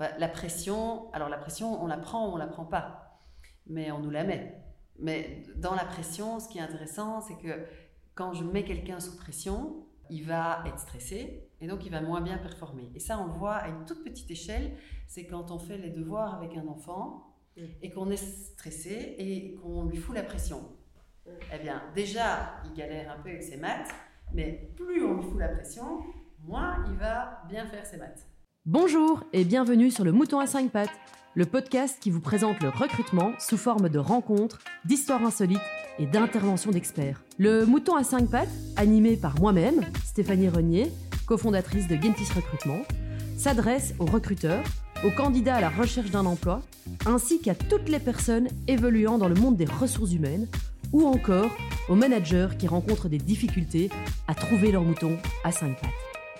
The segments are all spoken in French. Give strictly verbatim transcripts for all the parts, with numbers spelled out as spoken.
Enfin, la pression, alors la pression, on la prend ou on la prend pas, mais on nous la met. Mais dans la pression, ce qui est intéressant, c'est que quand je mets quelqu'un sous pression, il va être stressé et donc il va moins bien performer. Et ça, on le voit à une toute petite échelle, c'est quand on fait les devoirs avec un enfant et qu'on est stressé et qu'on lui fout la pression. Eh bien, déjà, il galère un peu avec ses maths, mais plus on lui fout la pression, moins il va bien faire ses maths. Bonjour et bienvenue sur le Mouton à cinq pattes, le podcast qui vous présente le recrutement sous forme de rencontres, d'histoires insolites et d'interventions d'experts. Le Mouton à cinq pattes, animé par moi-même, Stéphanie Renier, cofondatrice de Gentis Recrutement, s'adresse aux recruteurs, aux candidats à la recherche d'un emploi, ainsi qu'à toutes les personnes évoluant dans le monde des ressources humaines, ou encore aux managers qui rencontrent des difficultés à trouver leur mouton à cinq pattes.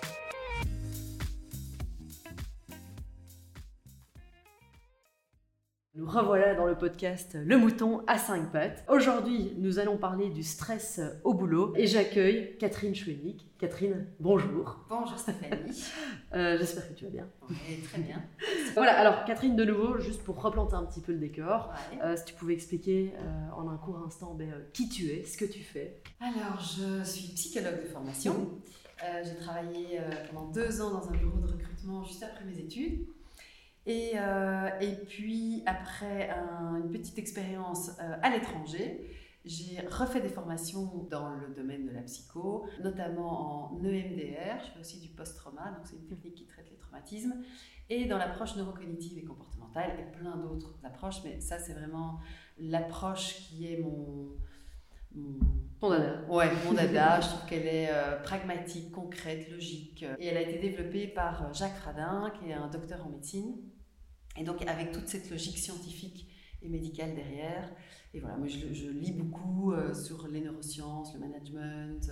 Nous revoilà dans le podcast Le Mouton à cinq pattes. Aujourd'hui, nous allons parler du stress au boulot et j'accueille Catherine Schwennick. Catherine, bonjour. Bonjour Stéphanie. euh, j'espère que tu vas bien. Oui, très bien. Voilà, alors Catherine, de nouveau, juste pour replanter un petit peu le décor, Ouais. euh, si tu pouvais expliquer euh, en un court instant ben, euh, qui tu es, ce que tu fais. Alors, je suis psychologue de formation. Euh, j'ai travaillé euh, pendant deux ans dans un bureau de recrutement juste après mes études. Et, euh, et puis, après un, une petite expérience euh, à l'étranger, j'ai refait des formations dans le domaine de la psycho, notamment en E M D R, je fais aussi du post-trauma, donc c'est une technique qui traite les traumatismes, et dans l'approche neurocognitive et comportementale, et plein d'autres approches, mais ça c'est vraiment l'approche qui est mon... mon Ton dada. Ouais, mon dada, je trouve qu'elle est euh, pragmatique, concrète, logique. Et elle a été développée par Jacques Fradin, qui est un docteur en médecine. Et donc, avec toute cette logique scientifique et médicale derrière. Et voilà, moi, je, je lis beaucoup euh, sur les neurosciences, le management,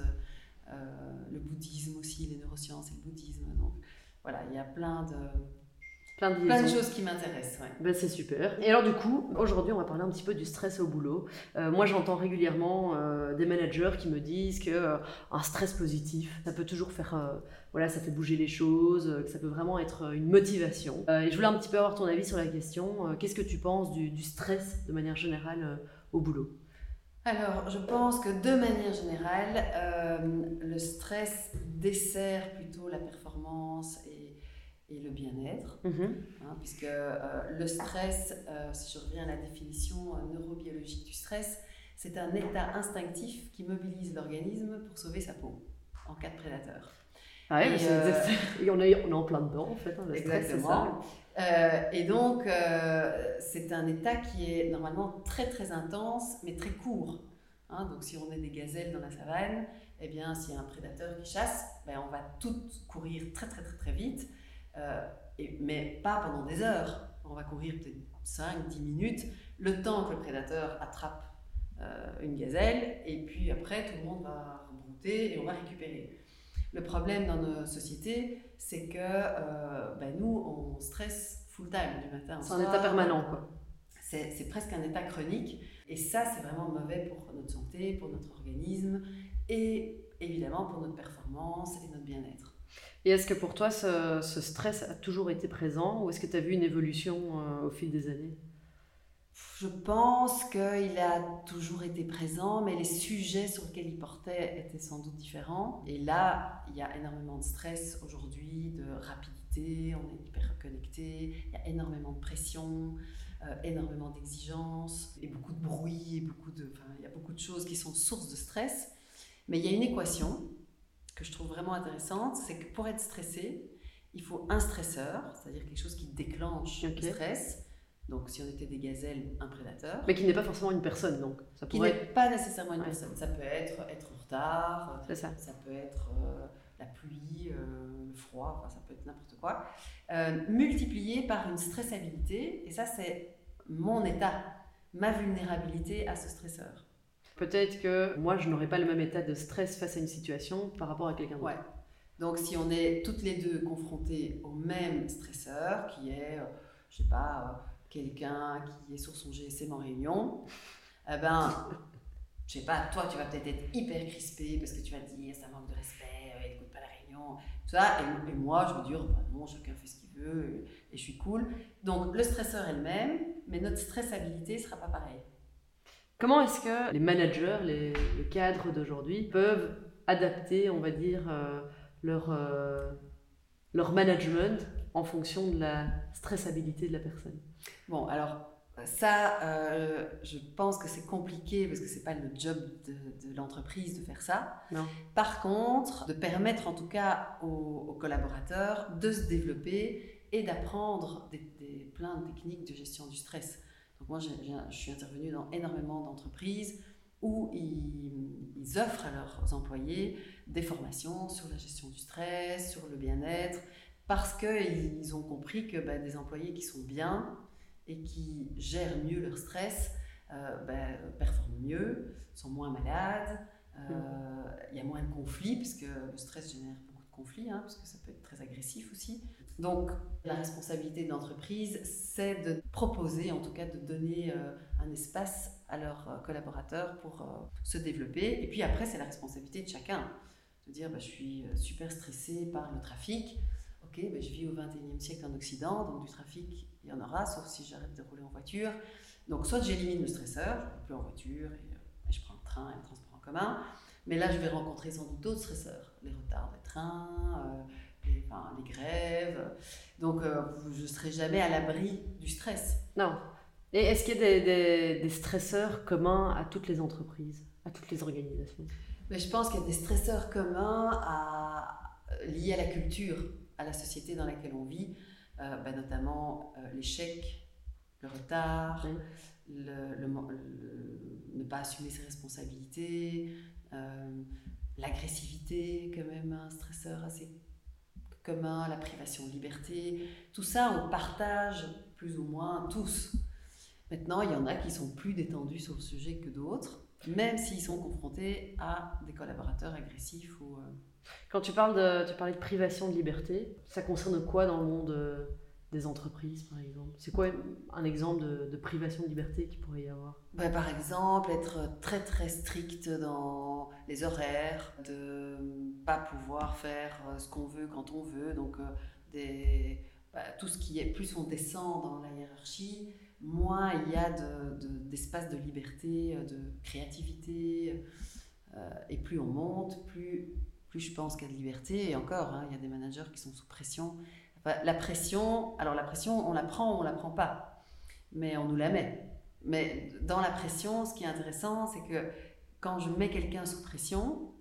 euh, le bouddhisme aussi, les neurosciences et le bouddhisme. Donc, voilà, il y a plein de... Plein de, Plein de choses qui m'intéressent. Ouais. Ben, c'est super. Et alors du coup, aujourd'hui, on va parler un petit peu du stress au boulot. Euh, moi, j'entends régulièrement euh, des managers qui me disent que euh, un stress positif, ça peut toujours faire, euh, voilà, ça fait bouger les choses, euh, que ça peut vraiment être une motivation. Euh, et je voulais un petit peu avoir ton avis sur la question. Euh, qu'est-ce que tu penses du, du stress de manière générale euh, au boulot ? Alors, je pense que de manière générale, euh, le stress dessert plutôt la performance et et le bien-être, mmh. hein, puisque euh, le stress, euh, si je reviens à la définition euh, neurobiologique du stress, c'est un état instinctif qui mobilise l'organisme pour sauver sa peau en cas de prédateur. Ah ouais, et, mais c'est, euh, c'est, on, est, on est en plein dedans en fait, hein, le stress, exactement. c'est ça. Euh, et donc, euh, c'est un état qui est normalement très très intense, mais très court. Hein, donc, si on est des gazelles dans la savane, eh bien, s'il y a un prédateur qui chasse, ben, on va toutes courir très très très très vite. Euh, et, mais pas pendant des heures. On va courir peut-être cinq à dix minutes, le temps que le prédateur attrape euh, une gazelle, et puis après tout le monde va rebrouter et on va récupérer. Le problème dans nos sociétés, c'est que euh, ben nous, on stresse full time du matin au C'est soir. un état permanent, quoi. C'est, c'est presque un état chronique, et ça, c'est vraiment mauvais pour notre santé, pour notre organisme, et évidemment pour notre performance et notre bien-être. Et est-ce que pour toi, ce, ce stress a toujours été présent ou est-ce que tu as vu une évolution euh, au fil des années ? Je pense qu'il a toujours été présent, mais les sujets sur lesquels il portait étaient sans doute différents. Et là, il y a énormément de stress aujourd'hui, de rapidité, on est hyper connecté, il y a énormément de pression, euh, énormément d'exigences, et beaucoup de bruit, et beaucoup de, enfin, il y a beaucoup de choses qui sont sources de stress. Mais il y a une équation que je trouve vraiment intéressante, c'est que pour être stressé, il faut un stresseur, c'est-à-dire quelque chose qui déclenche okay. le stress. Donc si on était des gazelles, un prédateur. Mais qui n'est pas forcément une personne, donc. Ça pourrait... Qui n'est pas nécessairement une ouais. personne. Ça peut être être en retard, c'est ça. ça peut être euh, la pluie, euh, le froid, enfin, ça peut être n'importe quoi. Euh, multiplié par une stressabilité, et ça c'est mon état, ma vulnérabilité à ce stresseur. Peut-être que moi, je n'aurais pas le même état de stress face à une situation par rapport à quelqu'un d'autre. Ouais. Donc, si on est toutes les deux confrontées au même stresseur, qui est, euh, je sais pas, euh, quelqu'un qui est sur son G S M en réunion, eh ben, je sais pas, toi, tu vas peut-être être hyper crispé parce que tu vas te dire, ça manque de respect, euh, écoute pas la réunion, vraiment, tout ça. Et, et moi, je veux dire, bah non, chacun fait ce qu'il veut et, et je suis cool. Donc, le stresseur est le même, mais notre stressabilité ne sera pas pareille. Comment est-ce que les managers, les, les cadres d'aujourd'hui peuvent adapter, on va dire, euh, leur, euh, leur management en fonction de la stressabilité de la personne? Bon, alors ça, euh, je pense que c'est compliqué parce que c'est pas le job de, de l'entreprise de faire ça. Non. Par contre, de permettre en tout cas aux, aux collaborateurs de se développer et d'apprendre des, des, plein de techniques de gestion du stress. Donc moi, j'ai, j'ai, je suis intervenue dans énormément d'entreprises où ils, ils offrent à leurs employés des formations sur la gestion du stress, sur le bien-être, parce qu'ils ont compris que bah, des employés qui sont bien et qui gèrent mieux leur stress euh, bah, performent mieux, sont moins malades, il euh, y a moins de conflits, parce que le stress génère beaucoup de conflits, hein, parce que ça peut être très agressif aussi. Donc la responsabilité de l'entreprise, c'est de proposer, en tout cas de donner euh, un espace à leurs euh, collaborateurs pour euh, se développer. Et puis après, c'est la responsabilité de chacun, de dire bah, je suis super stressé par le trafic. Ok, ben je vis au vingt et unième siècle en Occident, donc du trafic, il y en aura, sauf si j'arrête de rouler en voiture. Donc soit j'élimine le stresseur, je ne roule plus en voiture et, euh, et je prends le train et le transport en commun, mais là je vais rencontrer sans doute d'autres stresseurs, les retards de train, euh, les, enfin, les grèves, donc euh, je ne serai jamais à l'abri du stress. Non. Et est-ce qu'il y a des, des, des stresseurs communs à toutes les entreprises, à toutes les organisations? Mais je pense qu'il y a des stresseurs communs à, liés à la culture, à la société dans laquelle on vit, euh, bah notamment euh, l'échec, le retard, oui. le, le, le, ne pas assumer ses responsabilités, euh, l'agressivité, quand même un stresseur assez commun, la privation de liberté. Tout ça, on partage plus ou moins tous. Maintenant, il y en a qui sont plus détendus sur le sujet que d'autres, même s'ils sont confrontés à des collaborateurs agressifs ou... Euh, Quand tu parles de, tu parlais de privation de liberté, ça concerne quoi dans le monde euh, des entreprises, par exemple? C'est quoi un exemple de, de privation de liberté qu'il pourrait y avoir? Bah, par exemple, être très très strict dans les horaires, de ne pas pouvoir faire ce qu'on veut quand on veut, donc euh, des, bah, tout ce qui est, plus on descend dans la hiérarchie, moins il y a de, de, d'espace de liberté, de créativité, euh, et plus on monte, plus... plus je pense qu'il y a de liberté, et encore, hein, il y a des managers qui sont sous pression. Enfin, la pression, alors la pression, on la prend ou on la prend pas, mais on nous la met. Mais dans la pression, ce qui est intéressant, c'est que quand je mets quelqu'un sous pression,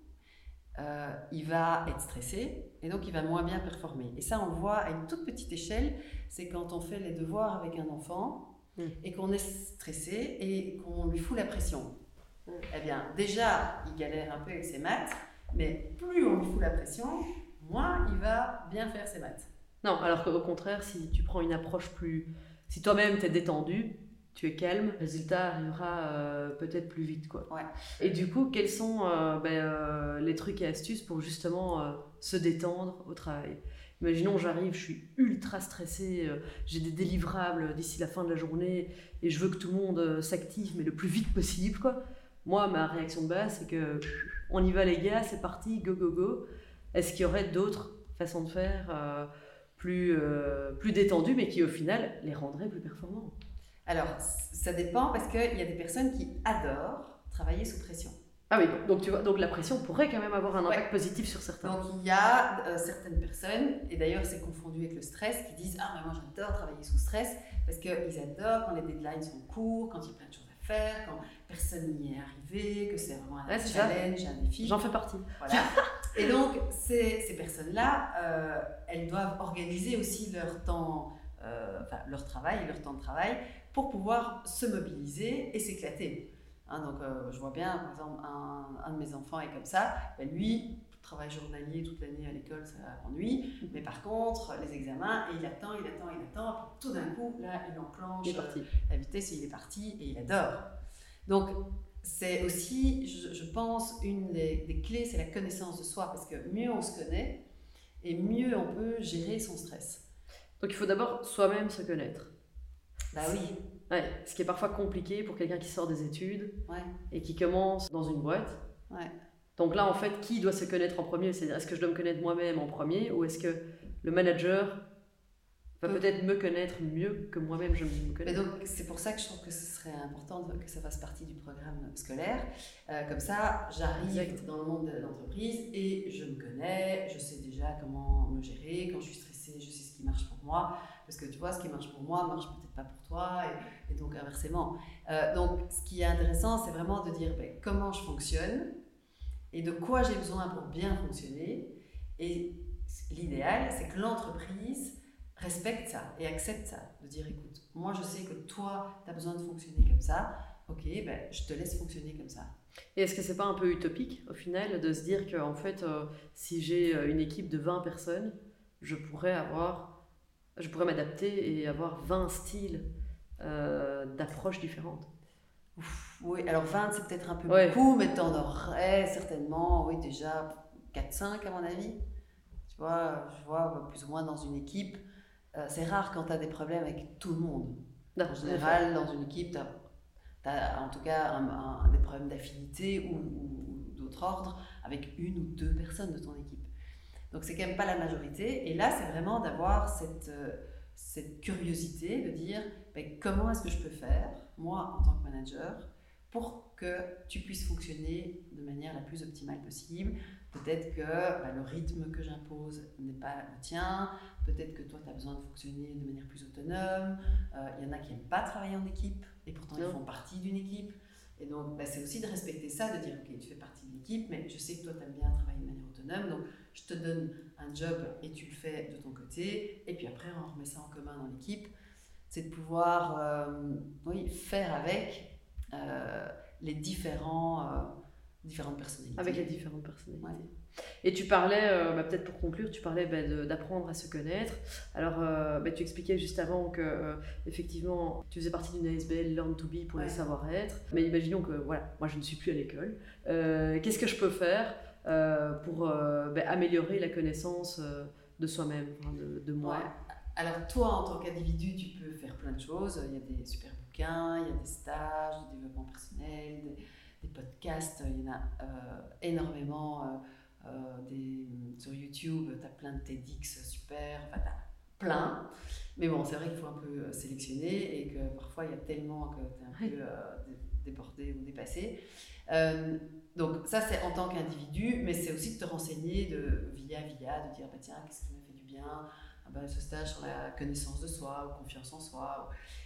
euh, il va être stressé, et donc il va moins bien performer. Et ça, on le voit à une toute petite échelle, c'est quand on fait les devoirs avec un enfant, mmh. et qu'on est stressé, et qu'on lui fout la pression. Mmh. Eh bien, déjà, il galère un peu avec ses maths, mais plus on lui fout la pression, moins il va bien faire ses maths. Non, alors qu'au contraire, si tu prends une approche plus... Si toi-même tu es détendu, tu es calme, le résultat arrivera euh, peut-être plus vite, quoi. Ouais. Et du coup, quels sont euh, ben, euh, les trucs et astuces pour justement euh, se détendre au travail? Imaginons, j'arrive, je suis ultra stressée, euh, j'ai des délivrables d'ici la fin de la journée et je veux que tout le monde euh, s'active, mais le plus vite possible, quoi. Moi, ma réaction de base, c'est que on y va les gars, c'est parti, go, go, go. Est-ce qu'il y aurait d'autres façons de faire euh, plus, euh, plus détendues, mais qui au final les rendraient plus performants? Alors, ça dépend, parce qu'il y a des personnes qui adorent travailler sous pression. Ah oui, donc tu vois, donc la pression pourrait quand même avoir un impact ouais. positif sur certains. Donc il y a euh, certaines personnes, et d'ailleurs c'est confondu avec le stress, qui disent « Ah, mais moi j'adore travailler sous stress », parce qu'ils adorent quand les deadlines sont courts, quand il y a plein de choses à faire, quand personne n'y est arrivé, que c'est vraiment un ouais, challenge, ça. un défi. J'en fais partie. Voilà. Et donc ces, ces personnes-là, euh, elles doivent organiser aussi leur temps, euh, enfin leur travail, leur temps de travail, pour pouvoir se mobiliser et s'éclater. Hein, donc euh, je vois bien, par exemple, un, un de mes enfants est comme ça, ben lui, travail journalier toute l'année à l'école, ça l'ennuie, mais par contre, les examens, et il attend, il attend, il attend, puis tout d'un coup, là, il enclenche il est parti. Euh, la vitesse et il est parti, et il adore. Donc, c'est aussi, je, je pense, une des, des clés, c'est la connaissance de soi, parce que mieux on se connaît, et mieux on peut gérer son stress. Donc il faut d'abord soi-même se connaître. Bah oui. Ouais, ce qui est parfois compliqué pour quelqu'un qui sort des études ouais. et qui commence dans une boîte. Ouais. Donc là, en fait, qui doit se connaître en premier? C'est-à-dire, est-ce que je dois me connaître moi-même en premier ou est-ce que le manager va Mmh. peut-être me connaître mieux que moi-même je me connais? Et donc, c'est pour ça que je trouve que ce serait important de- que ça fasse partie du programme scolaire. Euh, comme ça, j'arrive Exact. dans le monde de l'entreprise et je me connais, je sais déjà comment me gérer. Quand je suis stressée, je sais ce qui marche pour moi. Parce que tu vois, ce qui marche pour moi marche peut-être pas pour toi, et, et donc inversement. Euh, donc, ce qui est intéressant, c'est vraiment de dire ben, comment je fonctionne et de quoi j'ai besoin pour bien fonctionner. Et l'idéal, c'est que l'entreprise respecte ça et accepte ça, de dire écoute, moi je sais que toi tu as besoin de fonctionner comme ça, ok, ben, je te laisse fonctionner comme ça. Et est-ce que c'est pas un peu utopique au final de se dire que en fait, euh, si j'ai une équipe de vingt personnes, je pourrais avoir, je pourrais m'adapter et avoir vingt styles euh, d'approches différentes? Ouf, oui, alors vingt c'est peut-être un peu Ouais. beaucoup, mais tu en aurais certainement, oui, déjà quatre cinq à mon avis. Tu vois, je vois plus ou moins dans une équipe. Euh, c'est rare quand tu as des problèmes avec tout le monde. Non, En général, dans une équipe, tu as en tout cas un, un, des problèmes d'affinité ou, ou, ou d'autre ordre avec une ou deux personnes de ton équipe. Donc, c'est quand même pas la majorité. Et là, c'est vraiment d'avoir cette, euh, cette curiosité de dire ben, comment est-ce que je peux faire, moi, en tant que manager, pour que tu puisses fonctionner de manière la plus optimale possible. Peut-être que bah, le rythme que j'impose n'est pas le tien, peut-être que toi tu as besoin de fonctionner de manière plus autonome, il euh, y en a qui n'aiment pas travailler en équipe et pourtant non. Ils font partie d'une équipe. Et donc bah, c'est aussi de respecter ça, de dire ok tu fais partie de l'équipe mais je sais que toi tu aimes bien travailler de manière autonome, donc je te donne un job et tu le fais de ton côté et puis après on remet ça en commun dans l'équipe. C'est de pouvoir euh, oui, faire avec euh, les différents... Euh, différentes personnalités. Avec les différentes personnalités. Ouais. Et tu parlais, euh, bah, peut-être pour conclure, tu parlais bah, de, d'apprendre à se connaître. Alors, euh, bah, tu expliquais juste avant que, euh, effectivement, tu faisais partie d'une A S B L Learn to Be pour ouais. le savoir-être. Mais imaginons que, voilà, moi je ne suis plus à l'école. Euh, qu'est-ce que je peux faire euh, pour euh, bah, améliorer la connaissance euh, de soi-même, enfin, de, de moi? Ouais. Alors, toi, en tant qu'individu, tu peux faire plein de choses. Il y a des super bouquins, il y a des stages de développement personnel, des des podcasts, il y en a euh, énormément, euh, euh, des, sur YouTube, tu as plein de TEDx super, enfin tu as plein, mais bon c'est vrai qu'il faut un peu sélectionner et que parfois il y a tellement que tu es un peu euh, débordé ou dépassé. Euh, donc ça c'est en tant qu'individu, mais c'est aussi de te renseigner de, via via, de dire bah, tiens qu'est-ce qui m'a fait du bien, ah, bah, ce stage sur la connaissance de soi ou confiance en soi.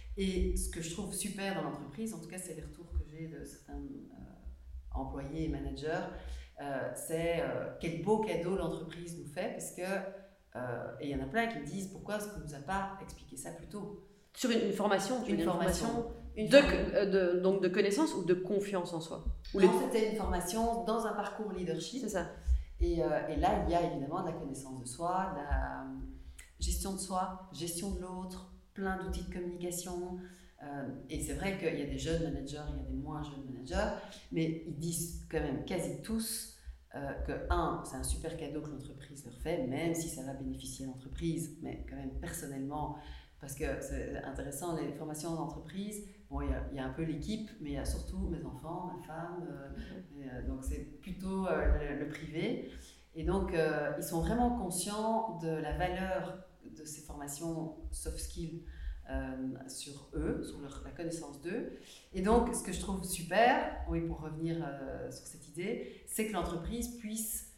Et ce que je trouve super dans l'entreprise, en tout cas c'est les retours que j'ai de certains euh, employés et managers, euh, c'est euh, quel beau cadeau l'entreprise nous fait, parce que, euh, et il y en a plein qui me disent pourquoi est-ce qu'on ne nous a pas expliqué ça plus tôt. Sur une, une formation, tu une, une formation, formation une de, formation. De, donc de connaissance ou de confiance en soi? Ou non, les... c'était une formation dans un parcours leadership. C'est ça. Et, euh, et là, il y a évidemment de la connaissance de soi, de la gestion de soi, gestion de l'autre, plein d'outils de communication. Euh, et c'est vrai qu'il y a des jeunes managers, il y a des moins jeunes managers, mais ils disent quand même quasi tous euh, que, un, c'est un super cadeau que l'entreprise leur fait, même si ça va bénéficier à l'entreprise, mais quand même personnellement, parce que c'est intéressant, les formations d'entreprise, bon, il y a, il y a un peu l'équipe, mais il y a surtout mes enfants, ma femme, euh, et, euh, donc c'est plutôt euh, le, le privé. Et donc, euh, ils sont vraiment conscients de la valeur de ces formations soft skills euh, sur eux, sur leur, la connaissance d'eux. Et donc, ce que je trouve super, oui, pour revenir euh, sur cette idée, c'est que l'entreprise puisse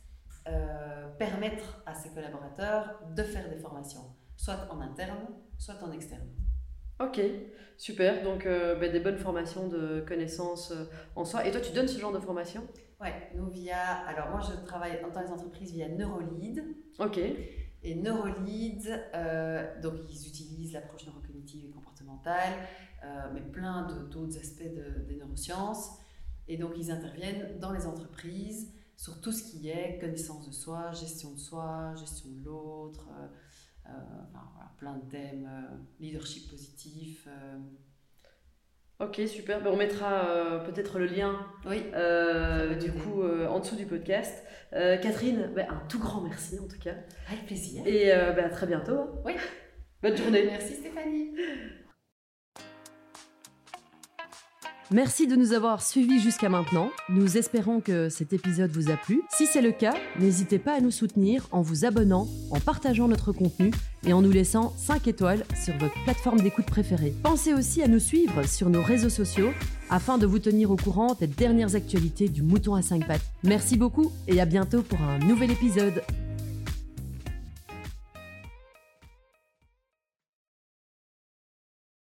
euh, permettre à ses collaborateurs de faire des formations, soit en interne, soit en externe. Ok, super. Donc, euh, bah, des bonnes formations de connaissances euh, en soi. Et toi, tu donnes ce genre de formation? Ouais, nous via... Alors, moi, je travaille dans les entreprises via Neurolead. Ok. Et Neurolead, euh, donc ils utilisent l'approche neurocognitive et comportementale, euh, mais plein de, d'autres aspects de, des neurosciences. Et donc, ils interviennent dans les entreprises sur tout ce qui est connaissance de soi, gestion de soi, gestion de l'autre, euh, euh, enfin, voilà, plein de thèmes, euh, leadership positif. Euh. Ok, super. Ben, on mettra euh, peut-être le lien oui, euh, du coup euh, en dessous du podcast. Euh, Catherine, ben, un tout grand merci en tout cas. Avec plaisir. Et euh, ben, à très bientôt. Hein. Oui. Bonne journée. Merci Stéphanie. Merci de nous avoir suivis jusqu'à maintenant. Nous espérons que cet épisode vous a plu. Si c'est le cas, n'hésitez pas à nous soutenir en vous abonnant, en partageant notre contenu et en nous laissant cinq étoiles sur votre plateforme d'écoute préférée. Pensez aussi à nous suivre sur nos réseaux sociaux afin de vous tenir au courant des dernières actualités du Mouton à cinq pattes. Merci beaucoup et à bientôt pour un nouvel épisode.